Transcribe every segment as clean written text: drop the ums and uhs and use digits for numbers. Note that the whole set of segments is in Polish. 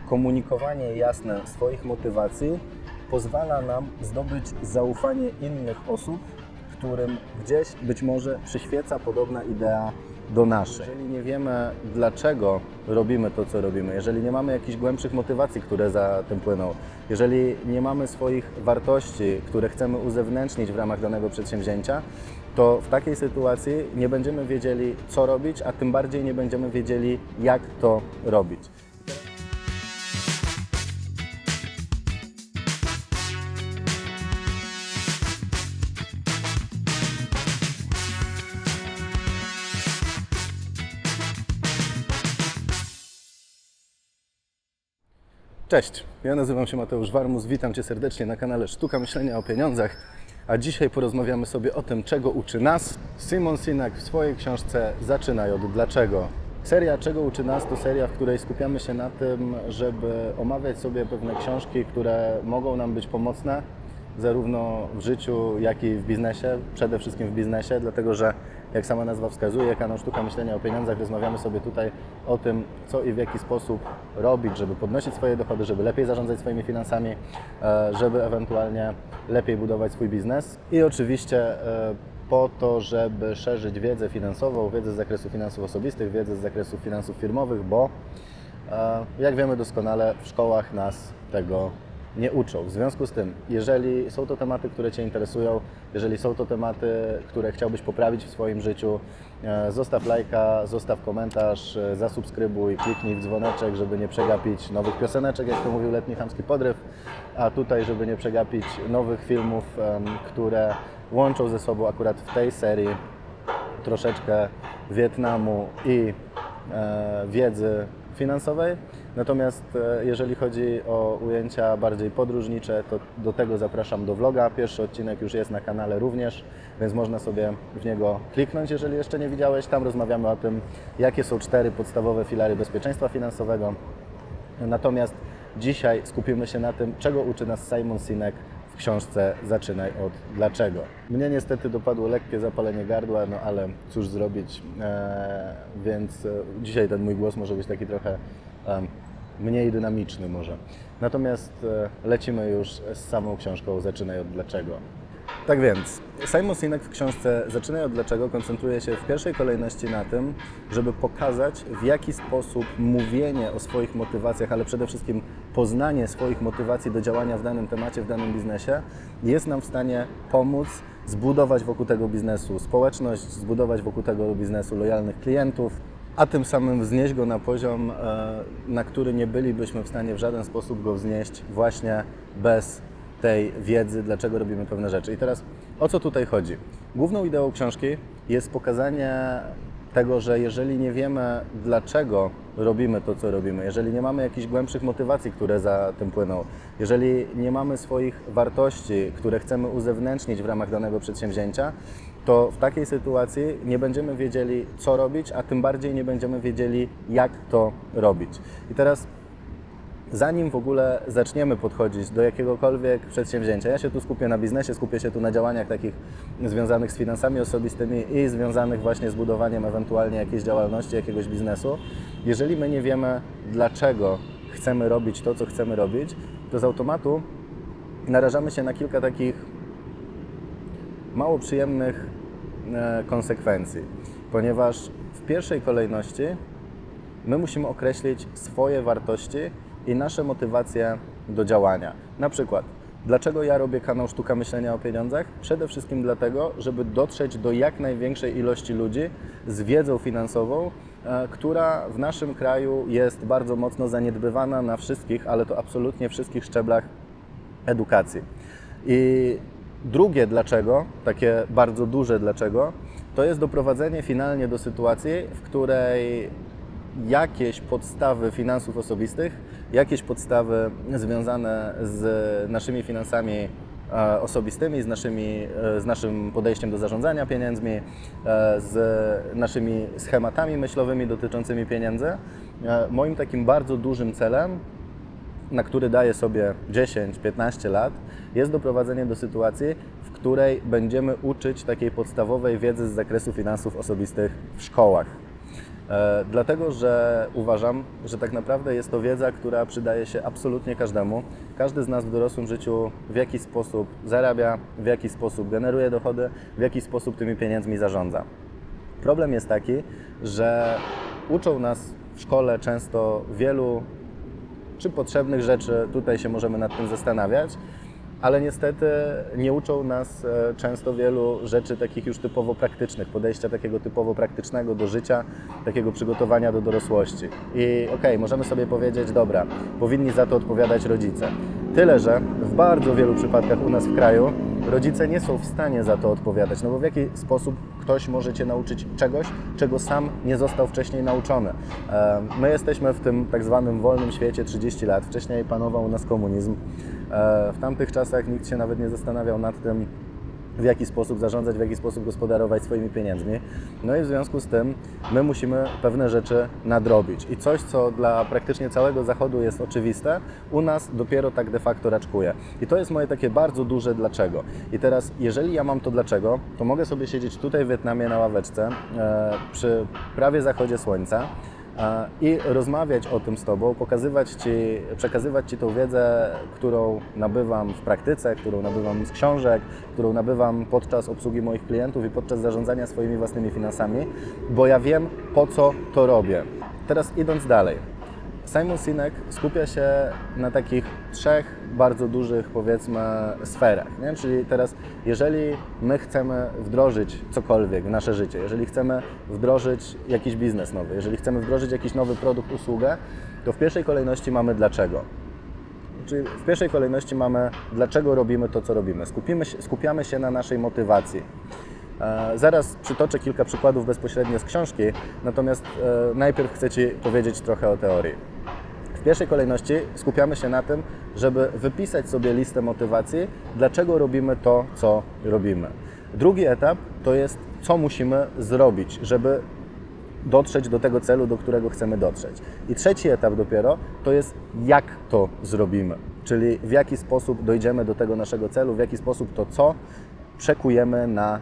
komunikowanie jasne swoich motywacji pozwala nam zdobyć zaufanie innych osób, którym gdzieś być może przyświeca podobna idea do naszej. Jeżeli nie wiemy, dlaczego robimy to, co robimy, jeżeli nie mamy jakichś głębszych motywacji, które za tym płyną, jeżeli nie mamy swoich wartości, które chcemy uzewnętrznić w ramach danego przedsięwzięcia, to w takiej sytuacji nie będziemy wiedzieli, co robić, a tym bardziej nie będziemy wiedzieli, jak to robić. Cześć, ja nazywam się Mateusz Warmus, witam Cię serdecznie na kanale Sztuka Myślenia o Pieniądzach, a dzisiaj porozmawiamy sobie o tym, czego uczy nas Simon Sinek w swojej książce Zaczynaj od dlaczego. Seria Czego uczy nas to seria, w której skupiamy się na tym, żeby omawiać sobie pewne książki, które mogą nam być pomocne zarówno w życiu, jak i w biznesie, przede wszystkim w biznesie, dlatego że jak sama nazwa wskazuje, kanał Sztuka Myślenia o Pieniądzach, rozmawiamy sobie tutaj o tym, co i w jaki sposób robić, żeby podnosić swoje dochody, żeby lepiej zarządzać swoimi finansami, żeby ewentualnie lepiej budować swój biznes i oczywiście po to, żeby szerzyć wiedzę finansową, wiedzę z zakresu finansów osobistych, wiedzę z zakresu finansów firmowych, bo jak wiemy doskonale, w szkołach nas tego nie uczą. W związku z tym, jeżeli są to tematy, które Cię interesują, jeżeli są to tematy, które chciałbyś poprawić w swoim życiu, zostaw lajka, zostaw komentarz, zasubskrybuj, kliknij w dzwoneczek, żeby nie przegapić nowych pioseneczek, jak to mówił Letni Chamski Podryw, a tutaj, żeby nie przegapić nowych filmów, które łączą ze sobą akurat w tej serii troszeczkę Wietnamu i wiedzy finansowej. Natomiast jeżeli chodzi o ujęcia bardziej podróżnicze, to do tego zapraszam do vloga. Pierwszy odcinek już jest na kanale również, więc można sobie w niego kliknąć, jeżeli jeszcze nie widziałeś. Tam rozmawiamy o tym, jakie są 4 podstawowe filary bezpieczeństwa finansowego. Natomiast dzisiaj skupimy się na tym, czego uczy nas Simon Sinek w książce Zaczynaj od dlaczego. Mnie niestety dopadło lekkie zapalenie gardła, no ale cóż zrobić, więc dzisiaj ten mój głos może być taki trochę mniej dynamiczny może. Natomiast lecimy już z samą książką Zaczynaj od dlaczego. Tak więc, Simon Sinek w książce Zaczynaj od dlaczego koncentruje się w pierwszej kolejności na tym, żeby pokazać, w jaki sposób mówienie o swoich motywacjach, ale przede wszystkim poznanie swoich motywacji do działania w danym temacie, w danym biznesie jest nam w stanie pomóc zbudować wokół tego biznesu społeczność, zbudować wokół tego biznesu lojalnych klientów, a tym samym wznieść go na poziom, na który nie bylibyśmy w stanie w żaden sposób go wznieść właśnie bez tej wiedzy, dlaczego robimy pewne rzeczy. I teraz o co tutaj chodzi? Główną ideą książki jest pokazanie tego, że jeżeli nie wiemy, dlaczego robimy to, co robimy, jeżeli nie mamy jakichś głębszych motywacji, które za tym płyną, jeżeli nie mamy swoich wartości, które chcemy uzewnętrznić w ramach danego przedsięwzięcia, to w takiej sytuacji nie będziemy wiedzieli, co robić, a tym bardziej nie będziemy wiedzieli, jak to robić. I teraz zanim w ogóle zaczniemy podchodzić do jakiegokolwiek przedsięwzięcia, ja się tu skupię na biznesie, skupię się tu na działaniach takich związanych z finansami osobistymi i związanych właśnie z budowaniem ewentualnie jakiejś działalności, jakiegoś biznesu. Jeżeli my nie wiemy, dlaczego chcemy robić to, co chcemy robić, to z automatu narażamy się na kilka takich mało przyjemnych konsekwencji, ponieważ w pierwszej kolejności my musimy określić swoje wartości i nasze motywacje do działania. Na przykład, dlaczego ja robię kanał Sztuka Myślenia o Pieniądzach? Przede wszystkim dlatego, żeby dotrzeć do jak największej ilości ludzi z wiedzą finansową, która w naszym kraju jest bardzo mocno zaniedbywana na wszystkich, ale to absolutnie wszystkich szczeblach edukacji. I drugie dlaczego, takie bardzo duże dlaczego, to jest doprowadzenie finalnie do sytuacji, w której jakieś podstawy finansów osobistych, jakieś podstawy związane z naszymi finansami osobistymi, z naszym podejściem do zarządzania pieniędzmi, z naszymi schematami myślowymi dotyczącymi pieniędzy. Moim takim bardzo dużym celem, na który daję sobie 10-15 lat, jest doprowadzenie do sytuacji, w której będziemy uczyć takiej podstawowej wiedzy z zakresu finansów osobistych w szkołach. Dlatego, że uważam, że tak naprawdę jest to wiedza, która przydaje się absolutnie każdemu. Każdy z nas w dorosłym życiu w jakiś sposób zarabia, w jakiś sposób generuje dochody, w jakiś sposób tymi pieniędzmi zarządza. Problem jest taki, że uczą nas w szkole często wielu czy potrzebnych rzeczy, tutaj się możemy nad tym zastanawiać, ale niestety nie uczą nas często wielu rzeczy takich już typowo praktycznych, podejścia takiego typowo praktycznego do życia, takiego przygotowania do dorosłości. I możemy sobie powiedzieć, dobra, powinni za to odpowiadać rodzice. Tyle, że w bardzo wielu przypadkach u nas w kraju rodzice nie są w stanie za to odpowiadać, no bo w jaki sposób ktoś może Cię nauczyć czegoś, czego sam nie został wcześniej nauczony. My jesteśmy w tym tak zwanym wolnym świecie 30 lat, wcześniej panował u nas komunizm. W tamtych czasach nikt się nawet nie zastanawiał nad tym, w jaki sposób zarządzać, w jaki sposób gospodarować swoimi pieniędzmi. No i w związku z tym my musimy pewne rzeczy nadrobić. I coś, co dla praktycznie całego Zachodu jest oczywiste, u nas dopiero tak de facto raczkuje. I to jest moje takie bardzo duże dlaczego. I teraz, jeżeli ja mam to dlaczego, to mogę sobie siedzieć tutaj w Wietnamie na ławeczce przy prawie zachodzie słońca i rozmawiać o tym z Tobą, przekazywać Ci tą wiedzę, którą nabywam w praktyce, którą nabywam z książek, którą nabywam podczas obsługi moich klientów i podczas zarządzania swoimi własnymi finansami, bo ja wiem, po co to robię. Teraz idąc dalej. Simon Sinek skupia się na takich 3 bardzo dużych, powiedzmy, sferach. Nie? Czyli teraz, jeżeli my chcemy wdrożyć cokolwiek w nasze życie, jeżeli chcemy wdrożyć jakiś biznes nowy, jeżeli chcemy wdrożyć jakiś nowy produkt, usługę, to w pierwszej kolejności mamy dlaczego. Czyli w pierwszej kolejności mamy dlaczego robimy to, co robimy. Skupiamy się na naszej motywacji. Zaraz przytoczę kilka przykładów bezpośrednio z książki, natomiast najpierw chcę Ci powiedzieć trochę o teorii. W pierwszej kolejności skupiamy się na tym, żeby wypisać sobie listę motywacji, dlaczego robimy to, co robimy. Drugi etap to jest, co musimy zrobić, żeby dotrzeć do tego celu, do którego chcemy dotrzeć. I trzeci etap dopiero to jest, jak to zrobimy, czyli w jaki sposób dojdziemy do tego naszego celu, w jaki sposób to co przekujemy na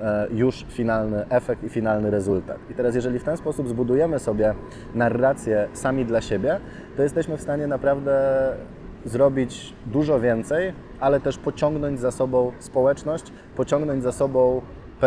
już finalny efekt i finalny rezultat. I teraz, jeżeli w ten sposób zbudujemy sobie narrację sami dla siebie, to jesteśmy w stanie naprawdę zrobić dużo więcej, ale też pociągnąć za sobą społeczność, pociągnąć za sobą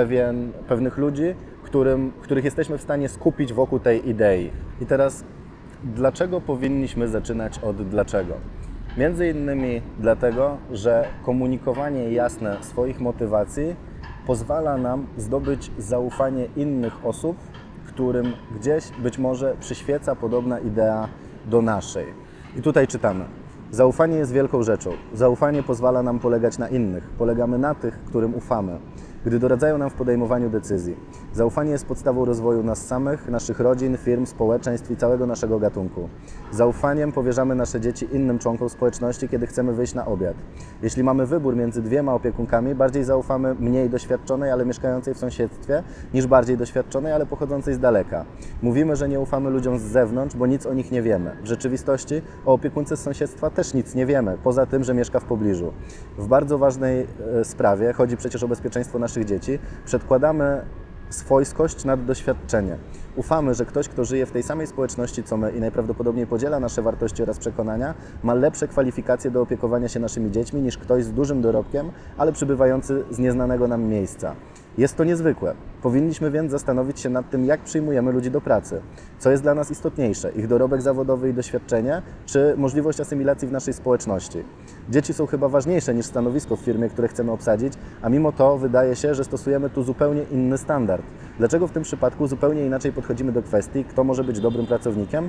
pewnych ludzi, których jesteśmy w stanie skupić wokół tej idei. I teraz, dlaczego powinniśmy zaczynać od dlaczego? Między innymi dlatego, że komunikowanie jasne swoich motywacji pozwala nam zdobyć zaufanie innych osób, którym gdzieś być może przyświeca podobna idea do naszej. I tutaj czytamy. Zaufanie jest wielką rzeczą. Zaufanie pozwala nam polegać na innych. Polegamy na tych, którym ufamy, gdy doradzają nam w podejmowaniu decyzji. Zaufanie jest podstawą rozwoju nas samych, naszych rodzin, firm, społeczeństw i całego naszego gatunku. Zaufaniem powierzamy nasze dzieci innym członkom społeczności, kiedy chcemy wyjść na obiad. Jeśli mamy wybór między 2 opiekunkami, bardziej zaufamy mniej doświadczonej, ale mieszkającej w sąsiedztwie, niż bardziej doświadczonej, ale pochodzącej z daleka. Mówimy, że nie ufamy ludziom z zewnątrz, bo nic o nich nie wiemy. W rzeczywistości o opiekunce z sąsiedztwa też nic nie wiemy, poza tym, że mieszka w pobliżu. W bardzo ważnej sprawie, chodzi przecież o bezpieczeństwo naszych dzieci, przedkładamy swojskość nad doświadczenie. Ufamy, że ktoś, kto żyje w tej samej społeczności co my i najprawdopodobniej podziela nasze wartości oraz przekonania, ma lepsze kwalifikacje do opiekowania się naszymi dziećmi niż ktoś z dużym dorobkiem, ale przybywający z nieznanego nam miejsca. Jest to niezwykłe. Powinniśmy więc zastanowić się nad tym, jak przyjmujemy ludzi do pracy. Co jest dla nas istotniejsze? Ich dorobek zawodowy i doświadczenie, czy możliwość asymilacji w naszej społeczności? Dzieci są chyba ważniejsze niż stanowisko w firmie, które chcemy obsadzić, a mimo to wydaje się, że stosujemy tu zupełnie inny standard. Dlaczego w tym przypadku zupełnie inaczej podchodzimy do kwestii, kto może być dobrym pracownikiem?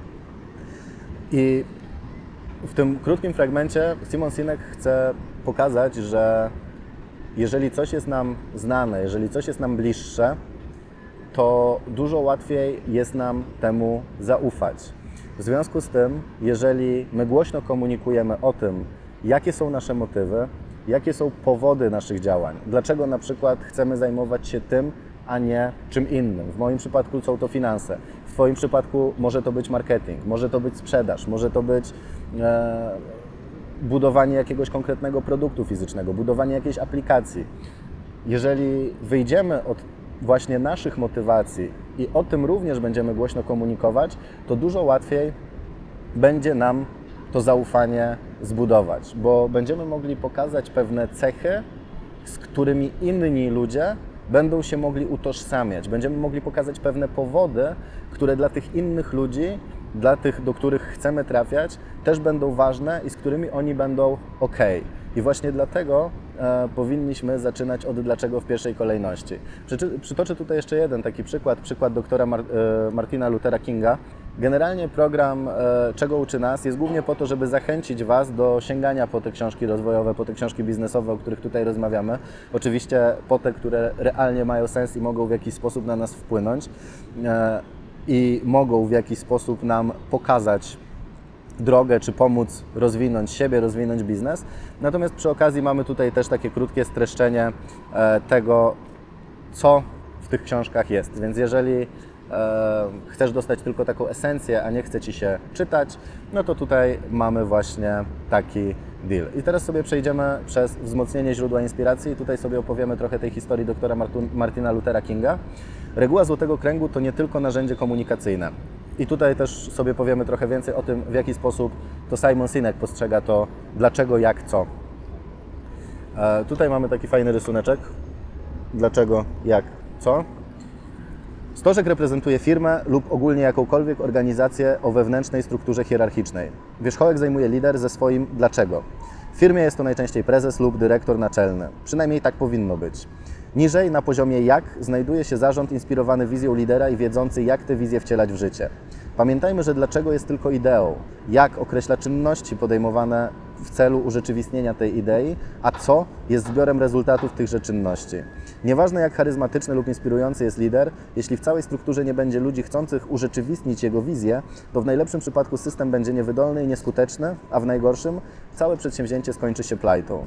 I w tym krótkim fragmencie Simon Sinek chce pokazać, że jeżeli coś jest nam znane, jeżeli coś jest nam bliższe, to dużo łatwiej jest nam temu zaufać. W związku z tym, jeżeli my głośno komunikujemy o tym, jakie są nasze motywy, jakie są powody naszych działań, dlaczego na przykład chcemy zajmować się tym, a nie czym innym. W moim przypadku są to finanse, w Twoim przypadku może to być marketing, może to być sprzedaż, może to być budowanie jakiegoś konkretnego produktu fizycznego, budowanie jakiejś aplikacji. Jeżeli wyjdziemy od właśnie naszych motywacji i o tym również będziemy głośno komunikować, to dużo łatwiej będzie nam to zaufanie zbudować, bo będziemy mogli pokazać pewne cechy, z którymi inni ludzie będą się mogli utożsamiać. Będziemy mogli pokazać pewne powody, które dla tych innych ludzi, dla tych, do których chcemy trafiać, też będą ważne i z którymi oni będą ok. I właśnie dlatego powinniśmy zaczynać od dlaczego w pierwszej kolejności. Przytoczę tutaj jeszcze jeden taki przykład doktora Martina Luthera Kinga. Generalnie program Czego uczy nas jest głównie po to, żeby zachęcić Was do sięgania po te książki rozwojowe, po te książki biznesowe, o których tutaj rozmawiamy. Oczywiście po te, które realnie mają sens i mogą w jakiś sposób na nas wpłynąć i mogą w jakiś sposób nam pokazać drogę, czy pomóc rozwinąć siebie, rozwinąć biznes. Natomiast przy okazji mamy tutaj też takie krótkie streszczenie tego, co w tych książkach jest. Więc jeżeli chcesz dostać tylko taką esencję, a nie chce Ci się czytać, no to tutaj mamy właśnie taki deal. I teraz sobie przejdziemy przez wzmocnienie źródła inspiracji i tutaj sobie opowiemy trochę tej historii doktora Martina Luthera Kinga. Reguła Złotego Kręgu to nie tylko narzędzie komunikacyjne. I tutaj też sobie powiemy trochę więcej o tym, w jaki sposób to Simon Sinek postrzega to dlaczego, jak, co. Tutaj mamy taki fajny rysuneczek. Dlaczego, jak, co. Stożek reprezentuje firmę lub ogólnie jakąkolwiek organizację o wewnętrznej strukturze hierarchicznej. Wierzchołek zajmuje lider ze swoim dlaczego. W firmie jest to najczęściej prezes lub dyrektor naczelny. Przynajmniej tak powinno być. Niżej, na poziomie jak, znajduje się zarząd inspirowany wizją lidera i wiedzący, jak tę wizję wcielać w życie. Pamiętajmy, że dlaczego jest tylko ideą, jak określa czynności podejmowane w celu urzeczywistnienia tej idei, a co jest zbiorem rezultatów tychże czynności. Nieważne jak charyzmatyczny lub inspirujący jest lider, jeśli w całej strukturze nie będzie ludzi chcących urzeczywistnić jego wizję, to w najlepszym przypadku system będzie niewydolny i nieskuteczny, a w najgorszym całe przedsięwzięcie skończy się plajtą.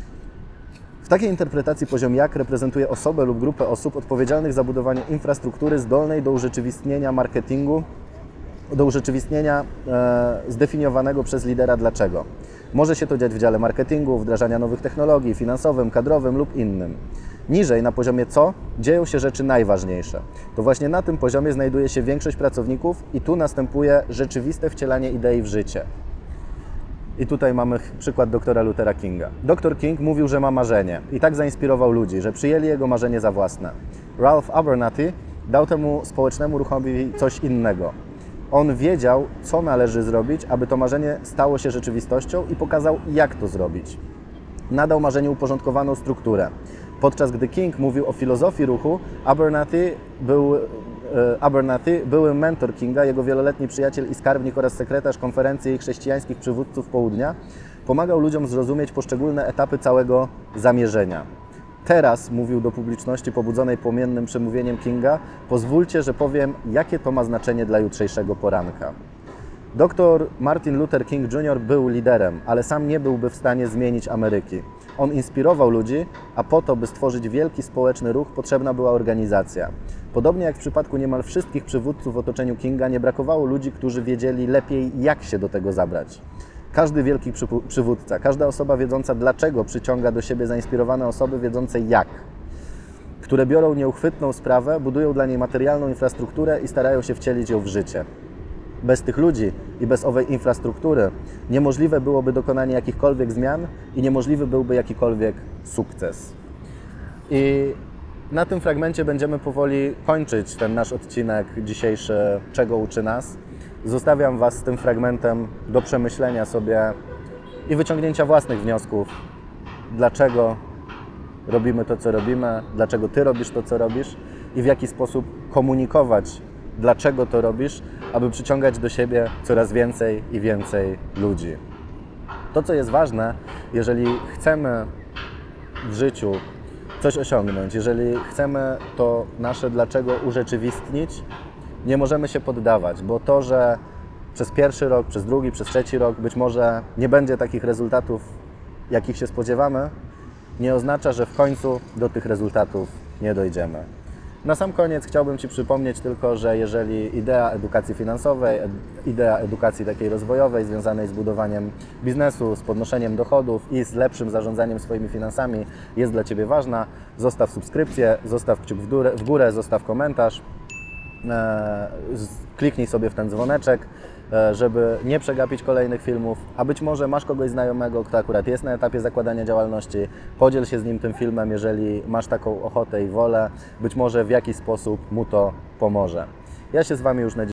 W takiej interpretacji poziom jak reprezentuje osobę lub grupę osób odpowiedzialnych za budowanie infrastruktury zdolnej do urzeczywistnienia marketingu, do urzeczywistnienia zdefiniowanego przez lidera dlaczego. Może się to dziać w dziale marketingu, wdrażania nowych technologii, finansowym, kadrowym lub innym. Niżej, na poziomie co, dzieją się rzeczy najważniejsze. To właśnie na tym poziomie znajduje się większość pracowników i tu następuje rzeczywiste wcielanie idei w życie. I tutaj mamy przykład doktora Luthera Kinga. Dr King mówił, że ma marzenie i tak zainspirował ludzi, że przyjęli jego marzenie za własne. Ralph Abernathy dał temu społecznemu ruchowi coś innego. On wiedział, co należy zrobić, aby to marzenie stało się rzeczywistością i pokazał, jak to zrobić. Nadał marzeniu uporządkowaną strukturę. Podczas gdy King mówił o filozofii ruchu, Abernathy, były mentor Kinga, jego wieloletni przyjaciel i skarbnik oraz sekretarz konferencji chrześcijańskich przywódców południa, pomagał ludziom zrozumieć poszczególne etapy całego zamierzenia. Teraz, mówił do publiczności pobudzonej płomiennym przemówieniem Kinga, pozwólcie, że powiem, jakie to ma znaczenie dla jutrzejszego poranka. Dr Martin Luther King Jr. był liderem, ale sam nie byłby w stanie zmienić Ameryki. On inspirował ludzi, a po to, by stworzyć wielki społeczny ruch, potrzebna była organizacja. Podobnie jak w przypadku niemal wszystkich przywódców w otoczeniu Kinga, nie brakowało ludzi, którzy wiedzieli lepiej, jak się do tego zabrać. Każdy wielki przywódca, każda osoba wiedząca dlaczego przyciąga do siebie zainspirowane osoby wiedzące jak, które biorą nieuchwytną sprawę, budują dla niej materialną infrastrukturę i starają się wcielić ją w życie. Bez tych ludzi i bez owej infrastruktury niemożliwe byłoby dokonanie jakichkolwiek zmian i niemożliwy byłby jakikolwiek sukces. I na tym fragmencie będziemy powoli kończyć ten nasz odcinek dzisiejszy Czego uczy nas. Zostawiam Was z tym fragmentem do przemyślenia sobie i wyciągnięcia własnych wniosków. Dlaczego robimy to, co robimy, dlaczego Ty robisz to, co robisz i w jaki sposób komunikować, dlaczego to robisz, aby przyciągać do siebie coraz więcej i więcej ludzi. To, co jest ważne, jeżeli chcemy w życiu coś osiągnąć, jeżeli chcemy to nasze dlaczego urzeczywistnić, nie możemy się poddawać, bo to, że przez pierwszy rok, przez drugi, przez trzeci rok być może nie będzie takich rezultatów, jakich się spodziewamy, nie oznacza, że w końcu do tych rezultatów nie dojdziemy. Na sam koniec chciałbym Ci przypomnieć tylko, że jeżeli idea edukacji finansowej, idea edukacji takiej rozwojowej związanej z budowaniem biznesu, z podnoszeniem dochodów i z lepszym zarządzaniem swoimi finansami jest dla Ciebie ważna, zostaw subskrypcję, zostaw kciuk w górę, zostaw komentarz, kliknij sobie w ten dzwoneczek, żeby nie przegapić kolejnych filmów, a być może masz kogoś znajomego, kto akurat jest na etapie zakładania działalności, podziel się z nim tym filmem, jeżeli masz taką ochotę i wolę, być może w jakiś sposób mu to pomoże. Ja się z Wami już na